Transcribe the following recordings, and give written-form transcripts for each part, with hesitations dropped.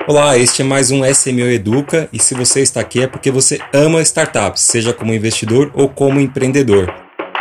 Olá, este é mais um SMO Educa e se você está aqui é porque você ama startups, seja como investidor ou como empreendedor.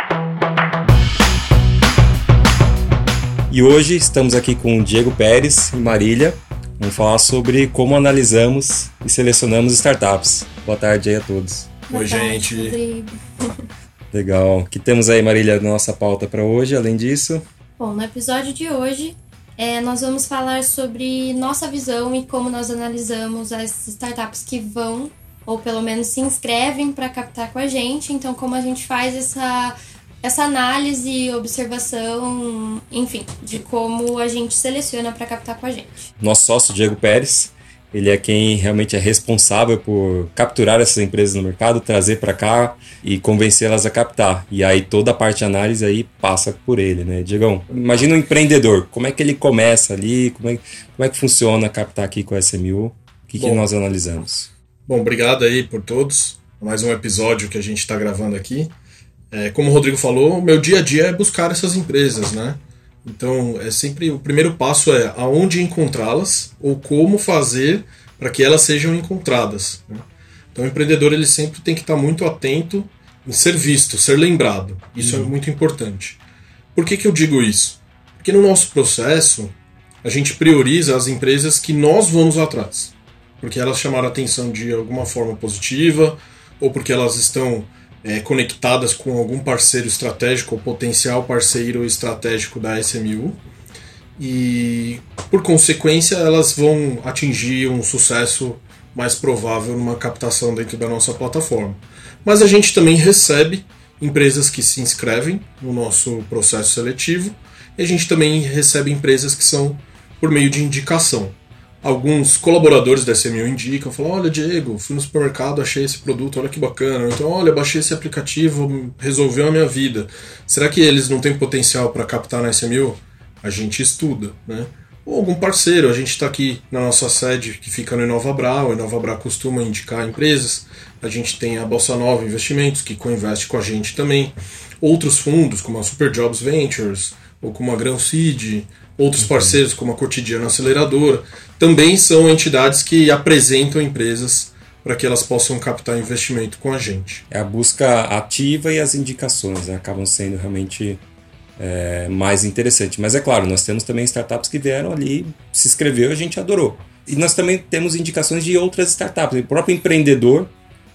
E hoje estamos aqui com o Diego Pérez e Marília. Vamos falar sobre como analisamos e selecionamos startups. Boa tarde aí a todos. Oi, gente. Rodrigo. Legal. O que temos aí, Marília, na nossa pauta para hoje, além disso? Bom, no episódio de hoje, nós vamos falar sobre nossa visão e como nós analisamos as startups que vão, ou pelo menos se inscrevem para captar com a gente. Então, como a gente faz essa análise e observação, enfim, de como a gente seleciona para captar com a gente. Nosso sócio, Diego Pérez, ele é quem realmente é responsável por capturar essas empresas no mercado, trazer para cá e convencê-las a captar. E aí toda a parte de análise aí passa por ele, né? Diegão, imagina um empreendedor, como é que ele começa ali, como é que funciona captar aqui com a SMU, o que nós analisamos? Bom, obrigado aí por todos, mais um episódio que a gente está gravando aqui. Como o Rodrigo falou, o meu dia a dia é buscar essas empresas, né? Então, sempre o primeiro passo é aonde encontrá-las ou como fazer para que elas sejam encontradas, né? Então, o empreendedor ele sempre tem que estar muito atento em ser visto, ser lembrado. Isso é muito importante. Por que eu digo isso? Porque no nosso processo, a gente prioriza as empresas que nós vamos atrás. Porque elas chamaram a atenção de alguma forma positiva ou porque elas estão conectadas com algum parceiro estratégico ou potencial parceiro estratégico da SMU e, por consequência, elas vão atingir um sucesso mais provável numa captação dentro da nossa plataforma. Mas a gente também recebe empresas que se inscrevem no nosso processo seletivo e a gente também recebe empresas que são por meio de indicação. Alguns colaboradores da SMU indicam, falam, olha Diego, fui no supermercado, achei esse produto, olha que bacana. Então, olha, baixei esse aplicativo, resolveu a minha vida. Será que eles não têm potencial para captar na SMU? A gente estuda, né? Ou algum parceiro, a gente está aqui na nossa sede que fica no Inovabra, o Inovabra costuma indicar empresas. A gente tem a Bossa Nova Investimentos, que co-investe com a gente também. Outros fundos, como a Super Jobs Ventures, ou como a Grão Seed, outros parceiros como a Cotidiano Aceleradora, também são entidades que apresentam empresas para que elas possam captar investimento com a gente. É a busca ativa e as indicações, né, acabam sendo realmente mais interessantes. Mas é claro, nós temos também startups que vieram ali, se inscreveu e a gente adorou. E nós também temos indicações de outras startups. O próprio empreendedor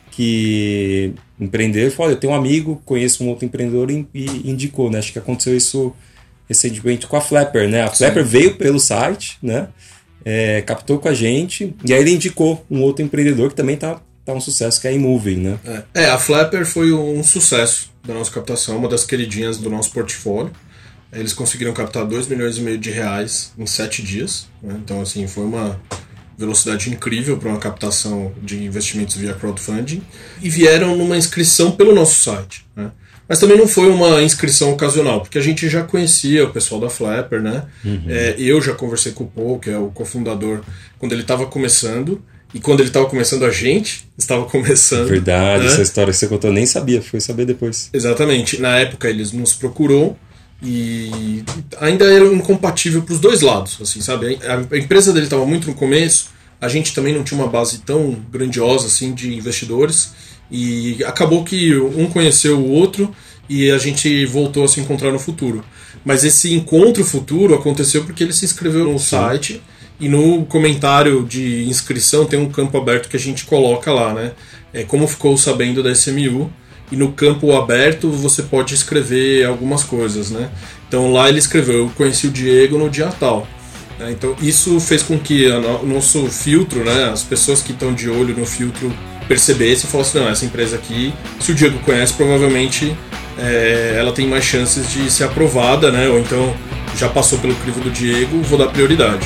que empreendeu e falou, eu tenho um amigo, conheço um outro empreendedor e indicou, né? Acho que aconteceu isso recentemente com a Flapper, né? A Flapper veio pelo site, né? Captou com a gente e aí ele indicou um outro empreendedor que também tá um sucesso, que é a Imoving, né? A Flapper foi um sucesso da nossa captação, uma das queridinhas do nosso portfólio. Eles conseguiram captar 2,5 milhões de reais em 7 dias, né? Então, assim, foi uma velocidade incrível para uma captação de investimentos via crowdfunding e vieram numa inscrição pelo nosso site, né? Mas também não foi uma inscrição ocasional, porque a gente já conhecia o pessoal da Flapper, né? Eu já conversei com o Paul, que é o cofundador, quando ele estava começando, e quando ele estava começando a gente estava começando. Verdade, né? Essa história que você contou eu nem sabia, fui saber depois. Exatamente, na época eles nos procurou e ainda era incompatível para os dois lados, assim, sabe? A empresa dele estava muito no começo, a gente também não tinha uma base tão grandiosa assim de investidores. E acabou que um conheceu o outro e a gente voltou a se encontrar no futuro. Mas esse encontro futuro aconteceu porque ele se inscreveu no site e no comentário de inscrição tem um campo aberto que a gente coloca lá, né? Como ficou sabendo da SMU. E no campo aberto você pode escrever algumas coisas, né? Então lá ele escreveu, eu conheci o Diego no dia tal. Então isso fez com que o nosso filtro, né? As pessoas que estão de olho no filtro percebesse e falasse, não, essa empresa aqui, se o Diego conhece, provavelmente ela tem mais chances de ser aprovada, né? Ou então já passou pelo crivo do Diego, vou dar prioridade.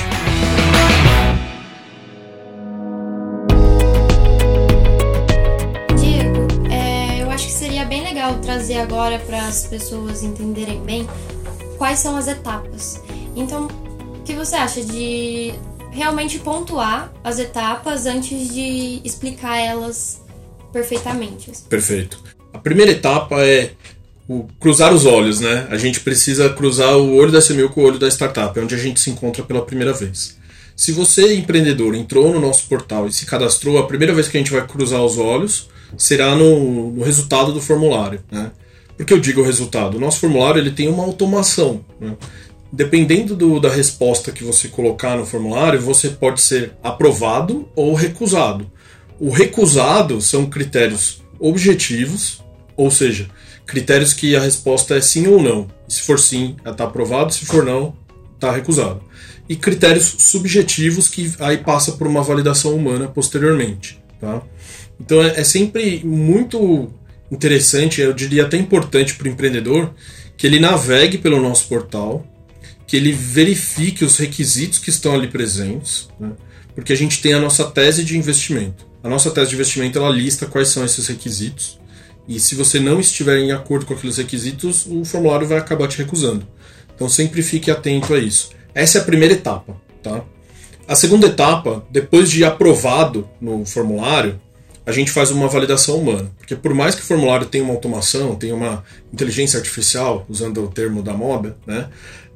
Diego, eu acho que seria bem legal trazer agora para as pessoas entenderem bem quais são as etapas. Então, o que você acha de realmente pontuar as etapas antes de explicar elas perfeitamente? Perfeito. A primeira etapa é cruzar os olhos, né? A gente precisa cruzar o olho da SMU com o olho da startup, é onde a gente se encontra pela primeira vez. Se você, empreendedor, entrou no nosso portal e se cadastrou, a primeira vez que a gente vai cruzar os olhos será no resultado do formulário, né? Por que eu digo o resultado? O nosso formulário ele tem uma automação, né? Dependendo da resposta que você colocar no formulário, você pode ser aprovado ou recusado. O recusado são critérios objetivos, ou seja, critérios que a resposta é sim ou não. Se for sim, está aprovado, se for não, está recusado. E critérios subjetivos que aí passa por uma validação humana posteriormente, tá? Então é sempre muito interessante, eu diria até importante para o empreendedor, que ele navegue pelo nosso portal, que ele verifique os requisitos que estão ali presentes, né? Porque a gente tem a nossa tese de investimento. A nossa tese de investimento ela lista quais são esses requisitos, e se você não estiver em acordo com aqueles requisitos, o formulário vai acabar te recusando. Então sempre fique atento a isso. Essa é a primeira etapa, tá? A segunda etapa, depois de aprovado no formulário, a gente faz uma validação humana. Porque por mais que o formulário tenha uma automação, tenha uma inteligência artificial, usando o termo da moda, né?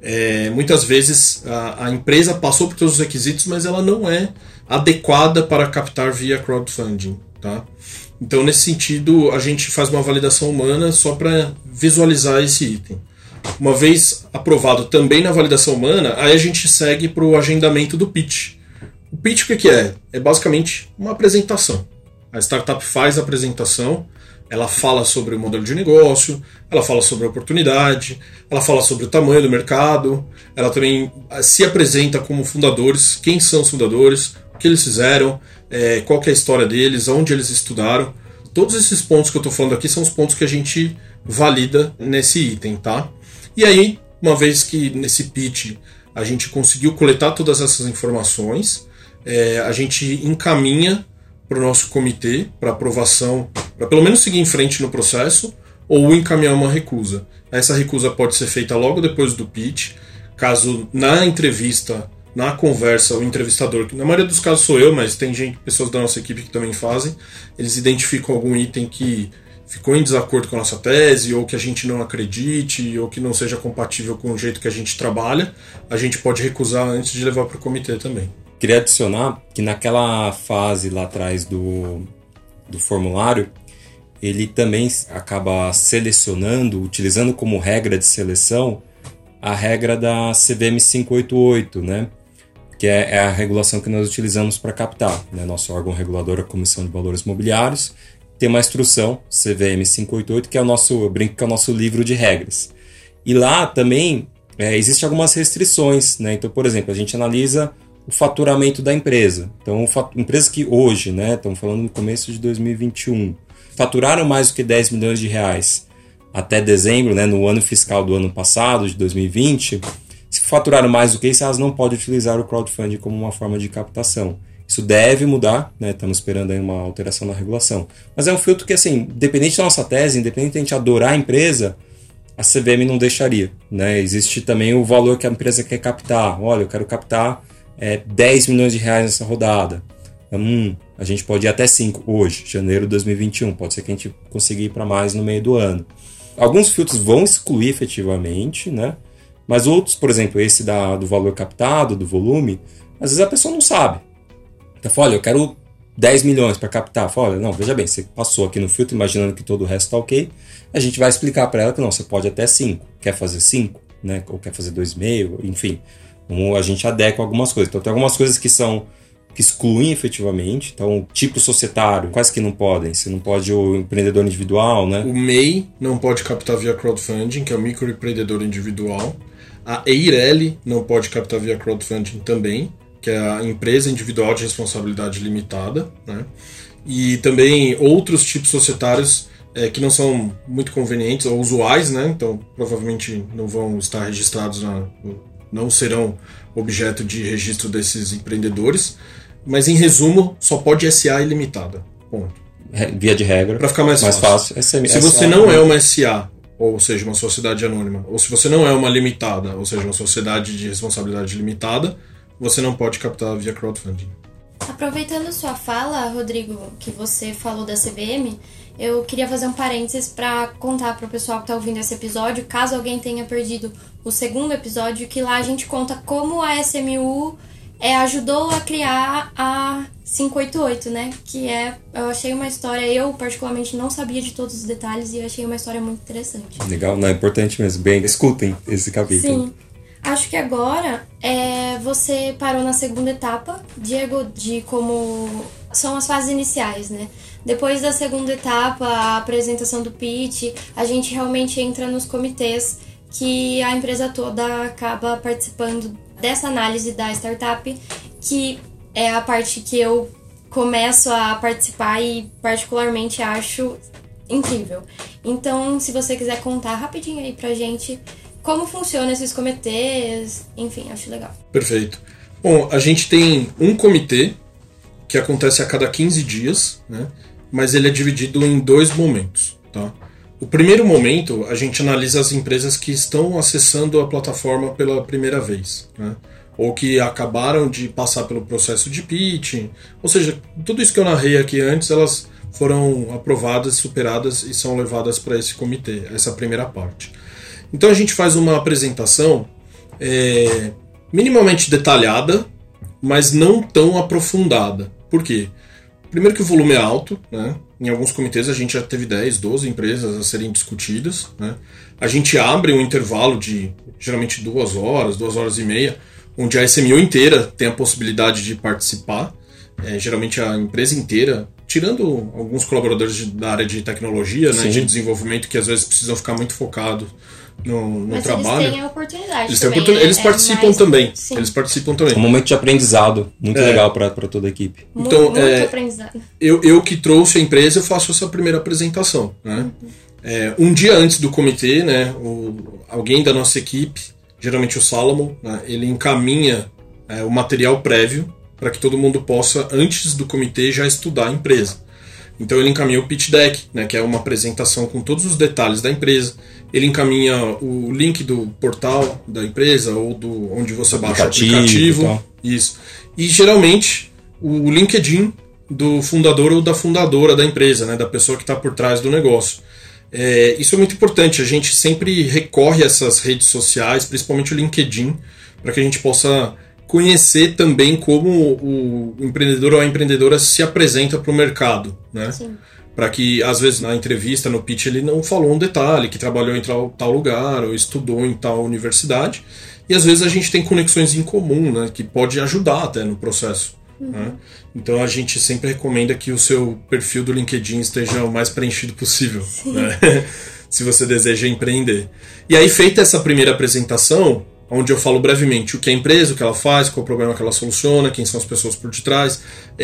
Muitas vezes a empresa passou por todos os requisitos, mas ela não é adequada para captar via crowdfunding, tá? Então, nesse sentido, a gente faz uma validação humana só para visualizar esse item. Uma vez aprovado também na validação humana, aí a gente segue para o agendamento do pitch. O pitch o que é? É basicamente uma apresentação. A startup faz a apresentação, ela fala sobre o modelo de negócio, ela fala sobre a oportunidade, ela fala sobre o tamanho do mercado, ela também se apresenta como fundadores, quem são os fundadores, o que eles fizeram, qual que é a história deles, onde eles estudaram. Todos esses pontos que eu estou falando aqui são os pontos que a gente valida nesse item, tá? E aí, uma vez que nesse pitch a gente conseguiu coletar todas essas informações, a gente encaminha para o nosso comitê, para aprovação, para pelo menos seguir em frente no processo, ou encaminhar uma recusa. Essa recusa pode ser feita logo depois do pitch, caso na entrevista, na conversa, o entrevistador, que na maioria dos casos sou eu, mas tem pessoas da nossa equipe que também fazem, eles identificam algum item que ficou em desacordo com a nossa tese, ou que a gente não acredite, ou que não seja compatível com o jeito que a gente trabalha, a gente pode recusar antes de levar para o comitê também. Queria adicionar que naquela fase lá atrás do formulário, ele também acaba selecionando, utilizando como regra de seleção, a regra da CVM 588, né? Que é a regulação que nós utilizamos para captar, né? Nosso órgão regulador, a Comissão de Valores Mobiliários, tem uma instrução, CVM 588, que é eu brinco que é o nosso livro de regras. E lá também existem algumas restrições, né? Então, por exemplo, a gente analisa o faturamento da empresa. Então, empresas que hoje, né, estamos falando no começo de 2021, faturaram mais do que 10 milhões de reais até dezembro, né, no ano fiscal do ano passado, de 2020, se faturaram mais do que isso, elas não podem utilizar o crowdfunding como uma forma de captação. Isso deve mudar, né, estamos esperando aí uma alteração na regulação. Mas é um filtro que, assim, independente da nossa tese, independente de a gente adorar a empresa, a CVM não deixaria, né? Existe também o valor que a empresa quer captar. Olha, eu quero captar 10 milhões de reais nessa rodada. A gente pode ir até 5 hoje, janeiro de 2021. Pode ser que a gente consiga ir para mais no meio do ano. Alguns filtros vão excluir efetivamente, né? Mas outros, por exemplo, esse do valor captado, do volume, às vezes a pessoa não sabe. Então, fala, olha, eu quero 10 milhões para captar. Fala, olha, não, veja bem, você passou aqui no filtro imaginando que todo o resto está ok. A gente vai explicar para ela que não, você pode até 5. Quer fazer 5, né? Ou quer fazer 2,5, enfim. A gente adequa algumas coisas. Então, tem algumas coisas que excluem efetivamente. Então, tipo societário, quais que não podem? Você não pode o empreendedor individual, né? O MEI não pode captar via crowdfunding, que é o microempreendedor individual. A EIRELI não pode captar via crowdfunding também, que é a empresa individual de responsabilidade limitada, né? E também outros tipos societários que não são muito convenientes ou usuais, né? Então, provavelmente não vão estar registrados não serão objeto de registro desses empreendedores, mas em resumo, só pode SA ilimitada. Ponto. Via de regra. Para ficar mais fácil. Se você não é uma SA, ou seja, uma sociedade anônima, ou se você não é uma limitada, ou seja, uma sociedade de responsabilidade limitada, você não pode captar via crowdfunding. Aproveitando sua fala, Rodrigo, que você falou da CVM, eu queria fazer um parênteses para contar para o pessoal que está ouvindo esse episódio, caso alguém tenha perdido o segundo episódio, que lá a gente conta como a SMU ajudou a criar a 588, né? Que eu achei uma história, eu particularmente não sabia de todos os detalhes e eu achei uma história muito interessante. Legal, não, é importante mesmo. Bem, escutem esse capítulo. Sim. Acho que agora você parou na segunda etapa, Diego, de como são as fases iniciais, né? Depois da segunda etapa, a apresentação do pitch, a gente realmente entra nos comitês que a empresa toda acaba participando dessa análise da startup, que é a parte que eu começo a participar e particularmente acho incrível. Então, se você quiser contar rapidinho aí pra gente como funcionam esses comitês, enfim, acho legal. Perfeito. Bom, a gente tem um comitê que acontece a cada 15 dias, né? Mas ele é dividido em 2 momentos, tá? O primeiro momento, a gente analisa as empresas que estão acessando a plataforma pela primeira vez, né? Ou que acabaram de passar pelo processo de pitch, ou seja, tudo isso que eu narrei aqui antes, elas foram aprovadas, superadas e são levadas para esse comitê, essa primeira parte. Então a gente faz uma apresentação minimamente detalhada, mas não tão aprofundada. Por quê? Primeiro que o volume é alto, né? Em alguns comitês a gente já teve 10, 12 empresas a serem discutidas, né? A gente abre um intervalo de geralmente 2 horas, 2 horas e meia, onde a SMU inteira tem a possibilidade de participar, geralmente a empresa inteira, tirando alguns colaboradores da área de tecnologia, né, de desenvolvimento, que às vezes precisam ficar muito focados no trabalho. Eles têm a oportunidade. Eles participam também. Sim. Eles participam também. É um momento de aprendizado muito legal para toda a equipe. Então, muito aprendizado. Eu que trouxe a empresa, eu faço essa primeira apresentação, né? Um dia antes do comitê, né, alguém da nossa equipe, geralmente o Salomon, né, ele encaminha o material prévio para que todo mundo possa, antes do comitê, já estudar a empresa. Então ele encaminha o pitch deck, né, que é uma apresentação com todos os detalhes da empresa. Ele encaminha o link do portal da empresa ou do onde você baixa o aplicativo. Isso. E geralmente o LinkedIn do fundador ou da fundadora da empresa, né, da pessoa que está por trás do negócio. Isso é muito importante. A gente sempre recorre a essas redes sociais, principalmente o LinkedIn, para que a gente possa conhecer também como o empreendedor ou a empreendedora se apresenta para o mercado, né? Para que, às vezes, na entrevista, no pitch, ele não falou um detalhe, que trabalhou em tal lugar ou estudou em tal universidade. E, às vezes, a gente tem conexões em comum, né? Que pode ajudar até no processo. Né? Então, a gente sempre recomenda que o seu perfil do LinkedIn esteja o mais preenchido possível, né? Se você deseja empreender. E aí, feita essa primeira apresentação, onde eu falo brevemente o que é a empresa, o que ela faz, qual é o problema que ela soluciona, quem são as pessoas por detrás,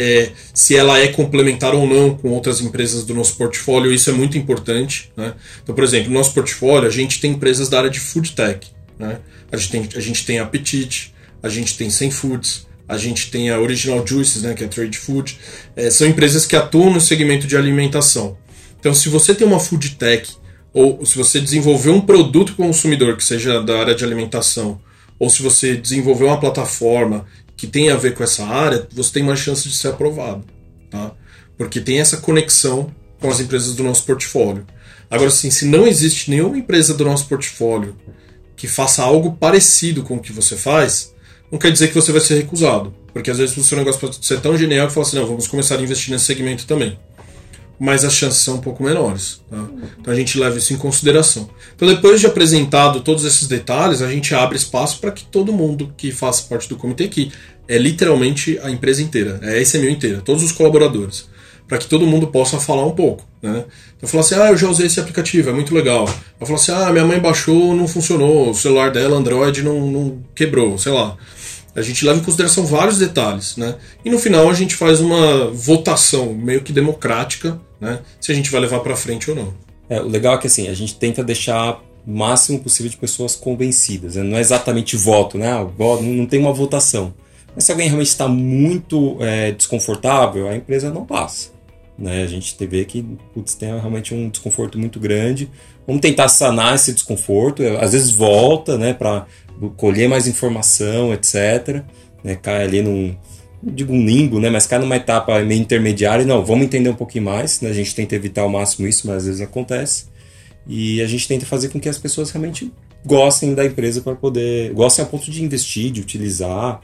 se ela é complementar ou não com outras empresas do nosso portfólio, isso é muito importante, né? Então, por exemplo, no nosso portfólio, a gente tem empresas da área de food tech, né? A gente tem a Apetite, a gente tem Sem Foods, a gente tem a Original Juices, né, que é Trade Food. São empresas que atuam no segmento de alimentação. Então, se você tem uma food tech, ou se você desenvolver um produto consumidor que seja da área de alimentação, ou se você desenvolver uma plataforma que tenha a ver com essa área, você tem mais chance de ser aprovado, tá? Porque tem essa conexão com as empresas do nosso portfólio. Agora, sim, se não existe nenhuma empresa do nosso portfólio que faça algo parecido com o que você faz, não quer dizer que você vai ser recusado. Porque às vezes o seu negócio pode ser tão genial que fala assim, não, vamos começar a investir nesse segmento também. Mas as chances são um pouco menores, tá? Então a gente leva isso em consideração. Então, depois de apresentado todos esses detalhes, a gente abre espaço para que todo mundo que faça parte do comitê, que é literalmente a empresa inteira, é a SMU inteira, todos os colaboradores, para que todo mundo possa falar um pouco, né? Então falar assim, eu já usei esse aplicativo, é muito legal. Eu falo assim, minha mãe baixou, não funcionou, o celular dela, Android, não quebrou, sei lá. A gente leva em consideração vários detalhes, né? E no final a gente faz uma votação meio que democrática, né? Se a gente vai levar para frente ou não. O legal é que assim, a gente tenta deixar o máximo possível de pessoas convencidas, né? Não é exatamente voto, né? Não tem uma votação. Mas se alguém realmente está muito desconfortável, a empresa não passa, né? A gente vê que tem realmente um desconforto muito grande. Vamos tentar sanar esse desconforto. Às vezes volta, né, para colher mais informação, etc. Né? Cai ali não digo um limbo, né, mas cai numa etapa meio intermediária. Não, vamos entender um pouquinho mais, né? A gente tenta evitar ao máximo isso, mas às vezes acontece. E a gente tenta fazer com que as pessoas realmente gostem da empresa para poder... Gostem a ponto de investir, de utilizar.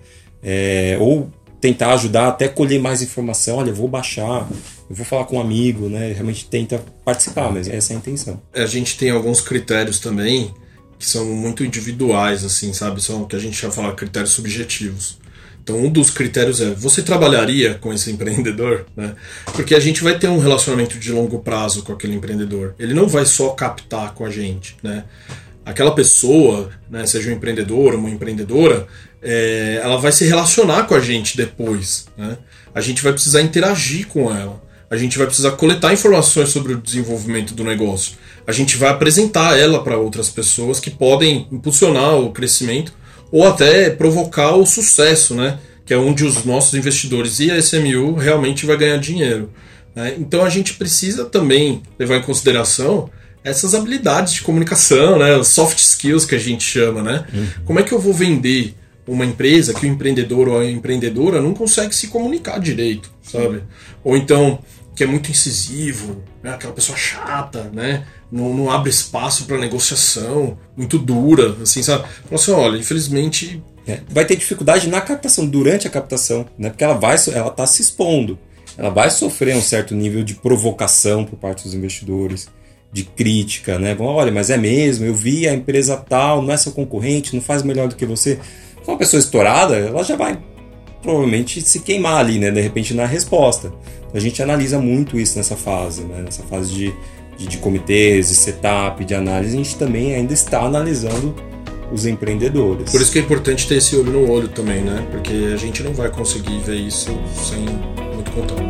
ou tentar ajudar até colher mais informação. Olha, eu vou baixar, eu vou falar com um amigo, né? Realmente tenta participar, mas essa é a intenção. A gente tem alguns critérios também que são muito individuais, assim, sabe? São o que a gente já fala, critérios subjetivos. Então, um dos critérios é, você trabalharia com esse empreendedor? Né? Porque a gente vai ter um relacionamento de longo prazo com aquele empreendedor. Ele não vai só captar com a gente, né? Aquela pessoa, né, seja um empreendedor ou uma empreendedora, ela vai se relacionar com a gente depois, né? A gente vai precisar interagir com ela. A gente vai precisar coletar informações sobre o desenvolvimento do negócio. A gente vai apresentar ela para outras pessoas que podem impulsionar o crescimento ou até provocar o sucesso, né? Que é onde os nossos investidores e a SMU realmente vai ganhar dinheiro, né? Então a gente precisa também levar em consideração essas habilidades de comunicação, né? Os soft skills que a gente chama, né? Como é que eu vou vender uma empresa que o empreendedor ou a empreendedora não consegue se comunicar direito, sabe? Ou então, que é muito incisivo, né? Aquela pessoa chata, né? Não abre espaço para negociação, muito dura, assim, sabe? Fala assim, olha, infelizmente... Vai ter dificuldade na captação, durante a captação, né? Porque ela está se expondo. Ela vai sofrer um certo nível de provocação por parte dos investidores, de crítica, né? Olha, mas é mesmo, eu vi a empresa tal, não é seu concorrente, não faz melhor do que você. Se uma pessoa estourada, ela já vai provavelmente se queimar ali, né? De repente na resposta. Então, a gente analisa muito isso nessa fase, né? Nessa fase de comitês, de setup, de análise, a gente também ainda está analisando os empreendedores. Por isso que é importante ter esse olho no olho também, né? Porque a gente não vai conseguir ver isso sem muito contato.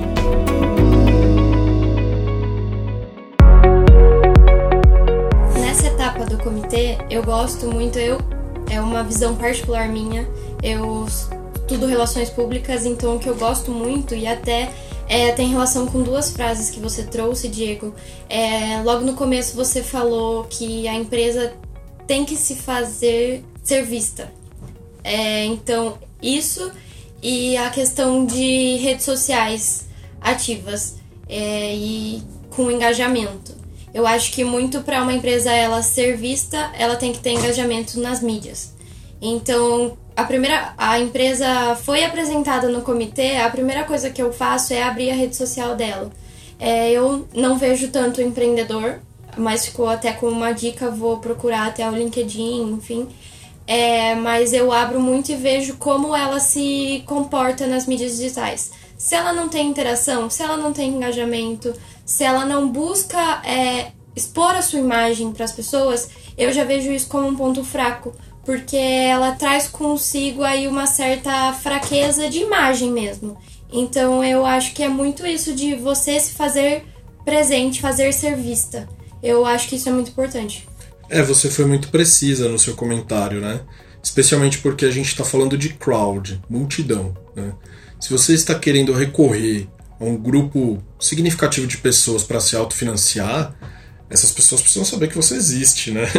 Nessa etapa do comitê, eu gosto muito, é uma visão particular minha, eu estudo relações públicas, então o que eu gosto muito e até tem relação com duas frases que você trouxe, Diego. Logo no começo você falou que a empresa tem que se fazer ser vista. Então, isso e a questão de redes sociais ativas e com engajamento. Eu acho que muito para uma empresa ela ser vista, ela tem que ter engajamento nas mídias. Então, a empresa foi apresentada no comitê, a primeira coisa que eu faço é abrir a rede social dela. Eu não vejo tanto empreendedor, mas ficou até como uma dica, vou procurar até o LinkedIn, enfim. Mas eu abro muito e vejo como ela se comporta nas mídias digitais. Se ela não tem interação, se ela não tem engajamento, se ela não busca expor a sua imagem para as pessoas, eu já vejo isso como um ponto fraco, porque ela traz consigo aí uma certa fraqueza de imagem mesmo. Então eu acho que é muito isso de você se fazer presente, fazer ser vista. Eu acho que isso é muito importante. Você foi muito precisa no seu comentário, né? Especialmente porque a gente está falando de crowd, multidão, né? Se você está querendo recorrer a um grupo significativo de pessoas para se autofinanciar, essas pessoas precisam saber que você existe, né?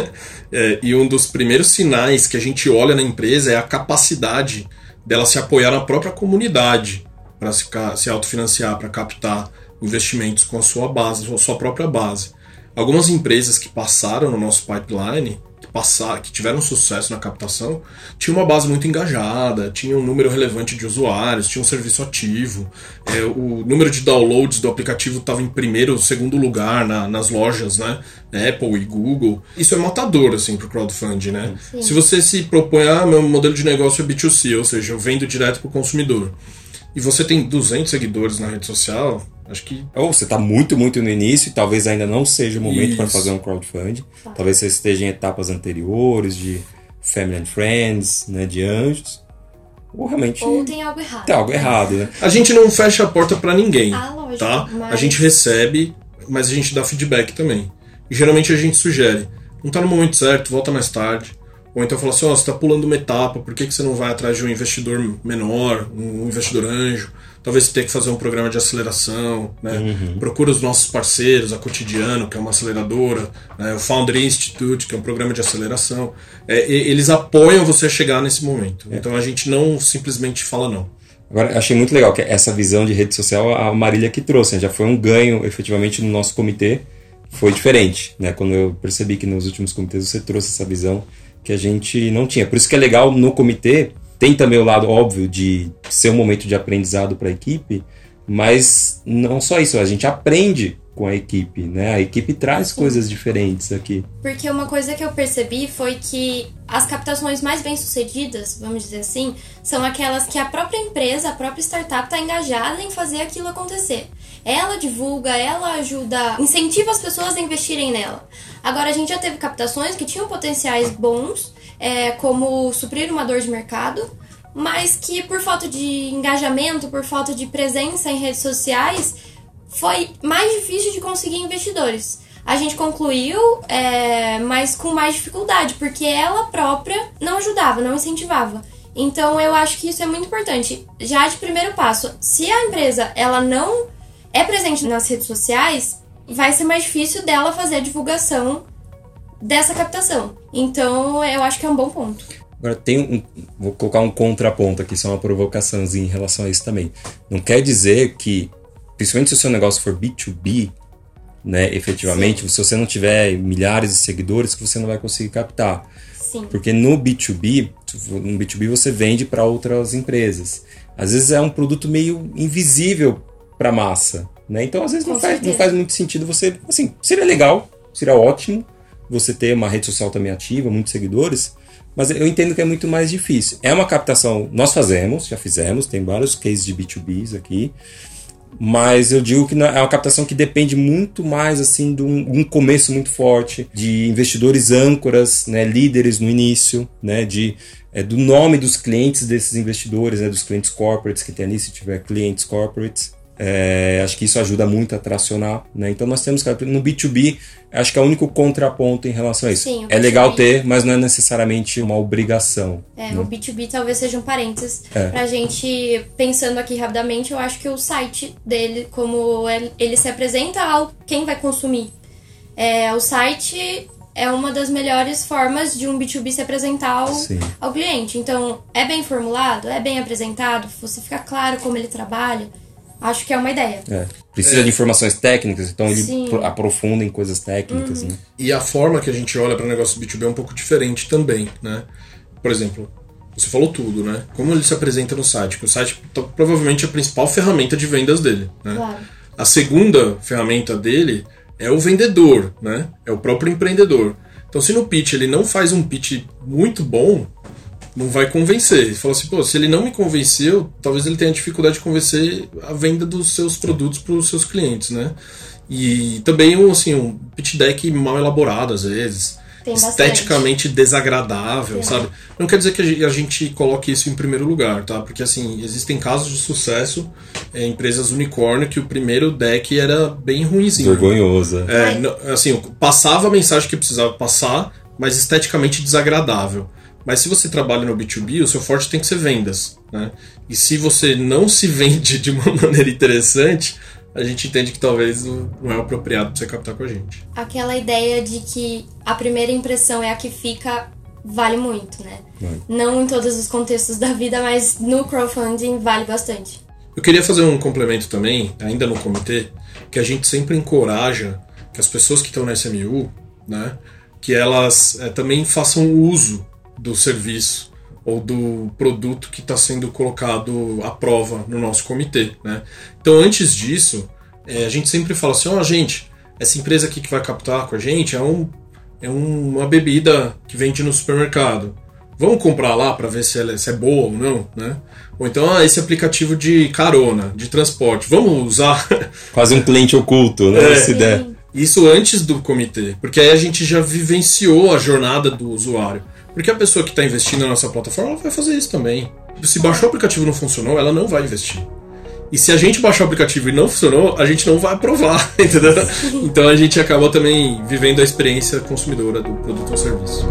E um dos primeiros sinais que a gente olha na empresa é a capacidade dela se apoiar na própria comunidade para se autofinanciar, para captar investimentos com a sua base, com a sua própria base. Algumas empresas que passaram no nosso pipeline, que tiveram sucesso na captação, tinham uma base muito engajada, tinham um número relevante de usuários, tinham um serviço ativo, o número de downloads do aplicativo estava em primeiro ou segundo lugar nas lojas, né? Apple e Google. Isso é matador assim, para o crowdfunding, né? Sim. Se você se propõe, meu modelo de negócio é B2C, ou seja, eu vendo direto para o consumidor, e você tem 200 seguidores na rede social, acho que... Ou você está muito, muito no início e talvez ainda não seja o momento para fazer um crowdfunding. Talvez você esteja em etapas anteriores de Family and Friends, né, de anjos. Ou realmente... Ou tem algo errado. Tem algo errado, né? A gente não fecha a porta para ninguém, lógico, tá? mas... A gente recebe, mas a gente dá feedback também. E geralmente a gente sugere, não está no momento certo, volta mais tarde. Ou então fala assim, você está pulando uma etapa, por que você não vai atrás de um investidor menor, um investidor anjo? Talvez você tenha que fazer um programa de aceleração, né? Procura os nossos parceiros, a Cotidiano, que é uma aceleradora, né? O Founder Institute, que é um programa de aceleração. Eles apoiam você a chegar nesse momento. Então a gente não simplesmente fala não. Agora, achei muito legal que essa visão de rede social, a Marília que trouxe, né? Já foi um ganho, efetivamente, no nosso comitê. Foi diferente, né? Quando eu percebi que nos últimos comitês você trouxe essa visão que a gente não tinha. Por isso que é legal no comitê Tem também o lado óbvio de ser um momento de aprendizado para a equipe, mas não só isso, a gente aprende com a equipe, né? A equipe traz coisas diferentes aqui. Porque uma coisa que eu percebi foi que as captações mais bem-sucedidas, vamos dizer assim, são aquelas que a própria empresa, a própria startup está engajada em fazer aquilo acontecer. Ela divulga, ela ajuda, incentiva as pessoas a investirem nela. Agora, a gente já teve captações que tinham potenciais bons, como suprir uma dor de mercado, mas que por falta de engajamento, por falta de presença em redes sociais, foi mais difícil de conseguir investidores. A gente concluiu, mas com mais dificuldade, porque ela própria não ajudava, não incentivava. Então eu acho que isso é muito importante. Já de primeiro passo, se a empresa ela não é presente nas redes sociais, vai ser mais difícil dela fazer a divulgação dessa captação. Então eu acho que é um bom ponto. Agora vou colocar um contraponto aqui, só uma provocaçãozinha em relação a isso também. Não quer dizer que, principalmente se o seu negócio for B2B, né, efetivamente, Sim. se você não tiver milhares de seguidores, que você não vai conseguir captar. Sim. Porque no B2B você vende para outras empresas. Às vezes é um produto meio invisível para a massa, né? Então às vezes não faz muito sentido você, assim, seria legal, seria ótimo você ter uma rede social também ativa, muitos seguidores, mas eu entendo que é muito mais difícil. É uma captação, nós já fizemos, tem vários cases de B2Bs aqui, mas eu digo que é uma captação que depende muito mais assim de um começo muito forte, de investidores âncoras, né, líderes no início, né, do nome dos clientes desses investidores, né, dos clientes corporates que tem ali, se tiver clientes corporates. Acho que isso ajuda muito a tracionar, né? Então nós temos no B2B, acho que é o único contraponto em relação a isso. Sim, é legal ter, mas não é necessariamente uma obrigação. Né? O B2B talvez seja um parênteses pra gente, pensando aqui rapidamente, eu acho que o site dele, como ele se apresenta ao quem vai consumir. O site é uma das melhores formas de um B2B se apresentar ao cliente. Então, é bem formulado, é bem apresentado, você fica claro como ele trabalha. Acho que é uma ideia. Precisa de informações técnicas, então ele aprofunda em coisas técnicas. Né? E a forma que a gente olha para o negócio B2B é um pouco diferente também, né? Por exemplo, você falou tudo, né? Como ele se apresenta no site? Porque o site provavelmente é a principal ferramenta de vendas dele, né? Claro. A segunda ferramenta dele é o vendedor, né? É o próprio empreendedor. Então, se no pitch ele não faz um pitch muito bom, não vai convencer. Ele fala assim, se ele não me convenceu, talvez ele tenha dificuldade de convencer a venda dos seus produtos para os seus clientes, né? E também um pitch deck mal elaborado, às vezes. Tem esteticamente desagradável, sabe? Não quer dizer que a gente coloque isso em primeiro lugar, tá? Porque, assim, existem casos de sucesso em empresas unicórnio que o primeiro deck era bem ruinzinho. Vergonhoso. Passava a mensagem que precisava passar, mas esteticamente desagradável. Mas se você trabalha no B2B, o seu forte tem que ser vendas, né? E se você não se vende de uma maneira interessante, a gente entende que talvez não é apropriado para você captar com a gente. Aquela ideia de que a primeira impressão é a que fica, vale muito, né? Não em todos os contextos da vida, mas no crowdfunding vale bastante. Eu queria fazer um complemento também, ainda no comitê, que a gente sempre encoraja que as pessoas que estão na SMU, né, que elas também façam uso do serviço ou do produto que está sendo colocado à prova no nosso comitê, né? Então, antes disso, a gente sempre fala assim, gente, essa empresa aqui que vai captar com a gente é uma bebida que vende no supermercado. Vamos comprar lá para ver se é boa ou não, né? Ou então, esse aplicativo de carona, de transporte, vamos usar... Quase um cliente oculto, né? Se der. Isso antes do comitê, porque aí a gente já vivenciou a jornada do usuário. Porque a pessoa que está investindo na nossa plataforma, ela vai fazer isso também. Se baixou o aplicativo e não funcionou, ela não vai investir. E se a gente baixar o aplicativo e não funcionou, a gente não vai aprovar, entendeu? Então a gente acaba também vivendo a experiência consumidora do produto ou serviço.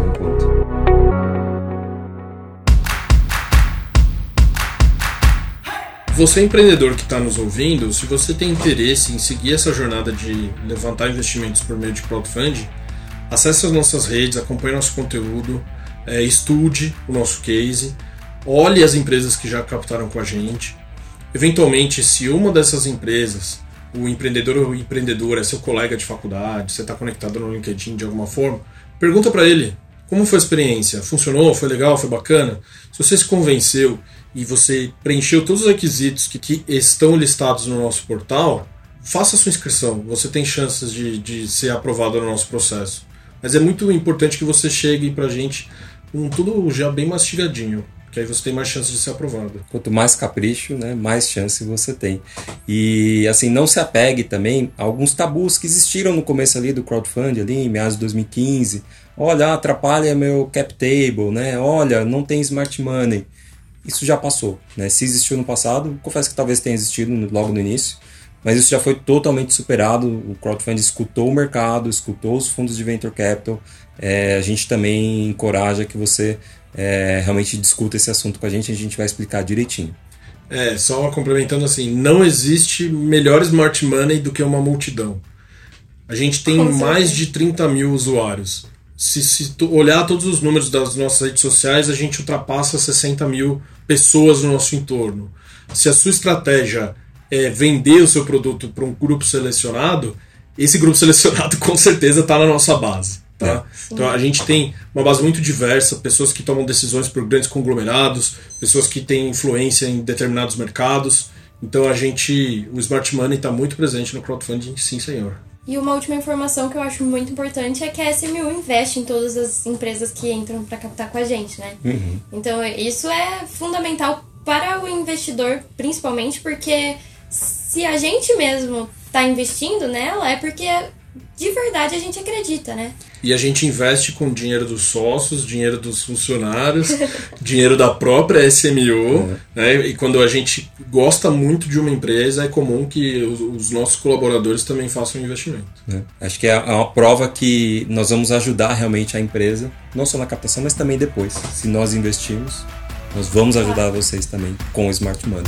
Você empreendedor que está nos ouvindo, se você tem interesse em seguir essa jornada de levantar investimentos por meio de crowdfunding, acesse as nossas redes, acompanhe nosso conteúdo, estude o nosso case, olhe as empresas que já captaram com a gente. Eventualmente, se uma dessas empresas, o empreendedor ou empreendedora é seu colega de faculdade, você está conectado no LinkedIn de alguma forma, pergunta para ele Como foi a experiência? Funcionou? Foi legal? Foi bacana? Se você se convenceu e você preencheu todos os requisitos que estão listados no nosso portal, faça a sua inscrição. Você tem chances de ser aprovado no nosso processo. Mas é muito importante que você chegue pra gente com tudo já bem mastigadinho, que aí você tem mais chance de ser aprovado. Quanto mais capricho, né, mais chance você tem. E assim, não se apegue também a alguns tabus que existiram no começo ali do crowdfunding, ali em meados de 2015. Olha, atrapalha meu cap table, né? Olha, não tem smart money. Isso já passou, né? Se existiu no passado, confesso que talvez tenha existido logo no início, mas isso já foi totalmente superado. O crowdfunding escutou o mercado, escutou os fundos de venture capital. A gente também encoraja que você realmente discuta esse assunto com a gente vai explicar direitinho. Só complementando assim, não existe melhor smart money do que uma multidão. A gente tem mais de 30 mil usuários. Se olhar todos os números das nossas redes sociais, a gente ultrapassa 60 mil pessoas no nosso entorno. Se a sua estratégia vender o seu produto para um grupo selecionado, esse grupo selecionado com certeza está na nossa base. Tá? Então a gente tem uma base muito diversa, pessoas que tomam decisões por grandes conglomerados, pessoas que têm influência em determinados mercados. Então o Smart Money está muito presente no crowdfunding, sim senhor. E uma última informação que eu acho muito importante é que a SMU investe em todas as empresas que entram para captar com a gente, né? Uhum. Então isso é fundamental para o investidor, principalmente porque se a gente mesmo está investindo nela, é porque de verdade a gente acredita, né? E a gente investe com dinheiro dos sócios, dinheiro dos funcionários, dinheiro da própria SMU, né? E quando a gente gosta muito de uma empresa, é comum que os nossos colaboradores também façam investimento. Acho que é uma prova que nós vamos ajudar realmente a empresa, não só na captação, mas também depois. Se nós investirmos, nós vamos ajudar vocês também com o Smart Money.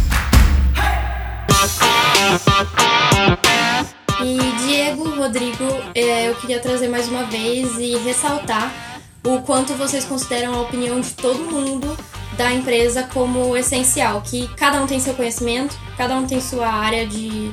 E Diego, Rodrigo, eu queria trazer mais uma vez e ressaltar o quanto vocês consideram a opinião de todo mundo da empresa como essencial, que cada um tem seu conhecimento, cada um tem sua área de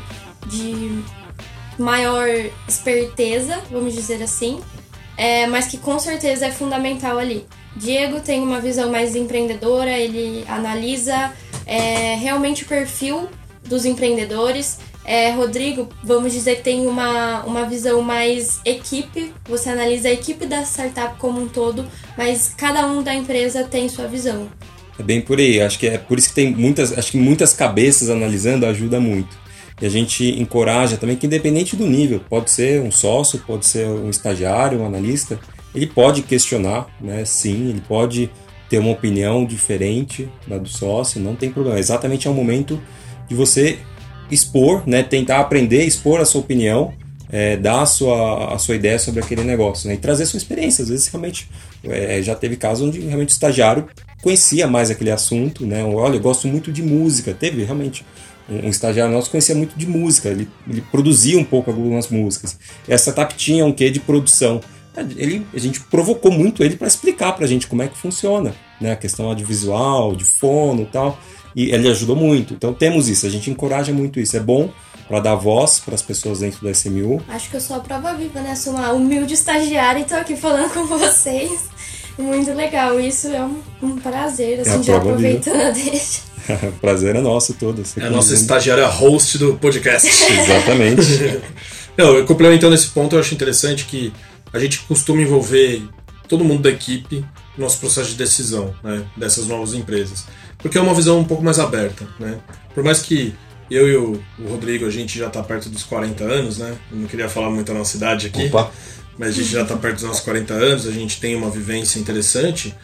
maior esperteza, vamos dizer assim, mas que com certeza é fundamental ali. Diego tem uma visão mais empreendedora, ele analisa realmente o perfil dos empreendedores. Rodrigo, vamos dizer que tem uma visão mais equipe, você analisa a equipe da startup como um todo, mas cada um da empresa tem sua visão. É bem por aí, acho que é por isso que tem muitas cabeças analisando ajuda muito. E a gente encoraja também que independente do nível, pode ser um sócio, pode ser um estagiário, um analista, ele pode questionar, né? Sim, ele pode ter uma opinião diferente da do sócio, não tem problema, exatamente é o momento de você expor, né, tentar aprender, expor a sua opinião, dar a sua ideia sobre aquele negócio, né, e trazer a sua experiência. Às vezes realmente já teve casos onde realmente o estagiário conhecia mais aquele assunto, né? Olha, eu gosto muito de música. Teve realmente um estagiário nosso que conhecia muito de música, ele produzia um pouco algumas músicas. E a startup tinha um quê de produção. A gente provocou muito ele para explicar para a gente como é que funciona, né, a questão audiovisual, de fono e tal. E ele ajudou muito. Então temos isso, a gente encoraja muito isso. É bom para dar voz para as pessoas dentro da SMU. Acho que eu sou a prova viva, né? Sou uma humilde estagiária e estou aqui falando com vocês. Muito legal, isso é um prazer, assim, já aproveitando a deixa. O prazer é nosso todo. É a nossa estagiária host do podcast. Exatamente. Não, complementando esse ponto, eu acho interessante que a gente costuma envolver todo mundo da equipe no nosso processo de decisão, né, dessas novas empresas. Porque é uma visão um pouco mais aberta, né? Por mais que eu e o Rodrigo, a gente já está perto dos 40 anos, né? Eu não queria falar muito a nossa idade aqui, mas a gente já está perto dos nossos 40 anos, a gente tem uma vivência interessante.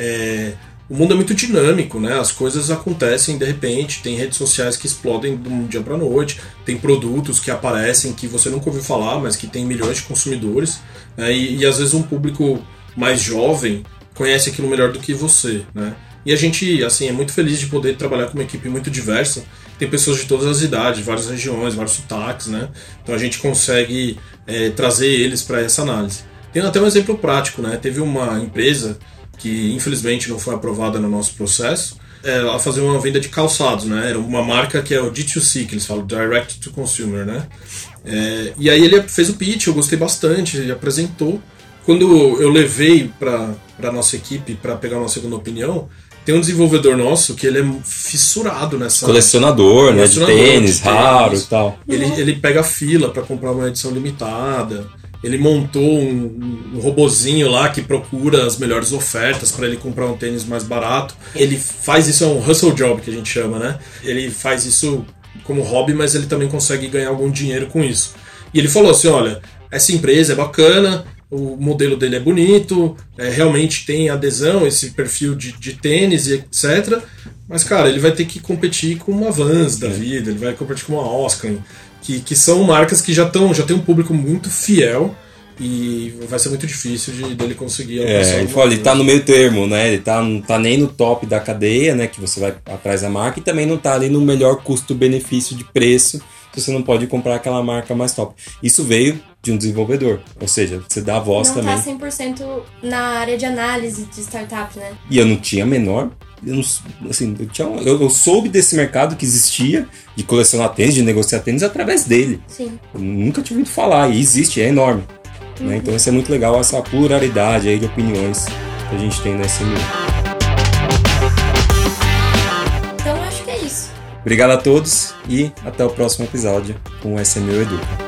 O mundo é muito dinâmico, né? As coisas acontecem de repente, tem redes sociais que explodem de um dia para a noite, tem produtos que aparecem que você nunca ouviu falar, mas que tem milhões de consumidores, né? E às vezes um público mais jovem conhece aquilo melhor do que você, né? E a gente, assim, é muito feliz de poder trabalhar com uma equipe muito diversa. Tem pessoas de todas as idades, várias regiões, vários sotaques, né? Então a gente consegue trazer eles para essa análise. Tem até um exemplo prático, né? Teve uma empresa que infelizmente não foi aprovada no nosso processo, ela fazia uma venda de calçados, né? Era uma marca que é o D2C, que eles falam, Direct to Consumer, né? E aí ele fez o pitch, eu gostei bastante, ele apresentou. Quando eu levei para nossa equipe para pegar uma segunda opinião, tem um desenvolvedor nosso que ele é fissurado nessa... Colecionador, né? De tênis, raro e tal. Ele pega fila para comprar uma edição limitada. Ele montou um robozinho lá que procura as melhores ofertas para ele comprar um tênis mais barato. Ele faz isso, é um hustle job que a gente chama, né? Ele faz isso como hobby, mas ele também consegue ganhar algum dinheiro com isso. E ele falou assim, olha, essa empresa é bacana, o modelo dele é bonito, realmente tem adesão, esse perfil de tênis e etc. Mas, cara, ele vai ter que competir com uma Vans da vida, ele vai competir com uma Oscar, que são marcas que já tem um público muito fiel e vai ser muito difícil dele conseguir alcançar. Ele tá no meio termo, né? Ele não tá nem no top da cadeia, né? Que você vai atrás da marca, e também não tá ali no melhor custo-benefício de preço, que você não pode comprar aquela marca mais top. Isso veio de um desenvolvedor, ou seja, você dá a voz não também. Não tá 100% na área de análise de startup, né? E eu não tinha a menor... Eu soube desse mercado que existia de colecionar tênis, de negociar tênis através dele. Sim. Eu nunca tinha ouvido falar, e existe, é enorme. Né? Então isso é muito legal, essa pluralidade aí de opiniões que a gente tem na SMU. Então acho que é isso. Obrigado a todos e até o próximo episódio com o SMU Educa.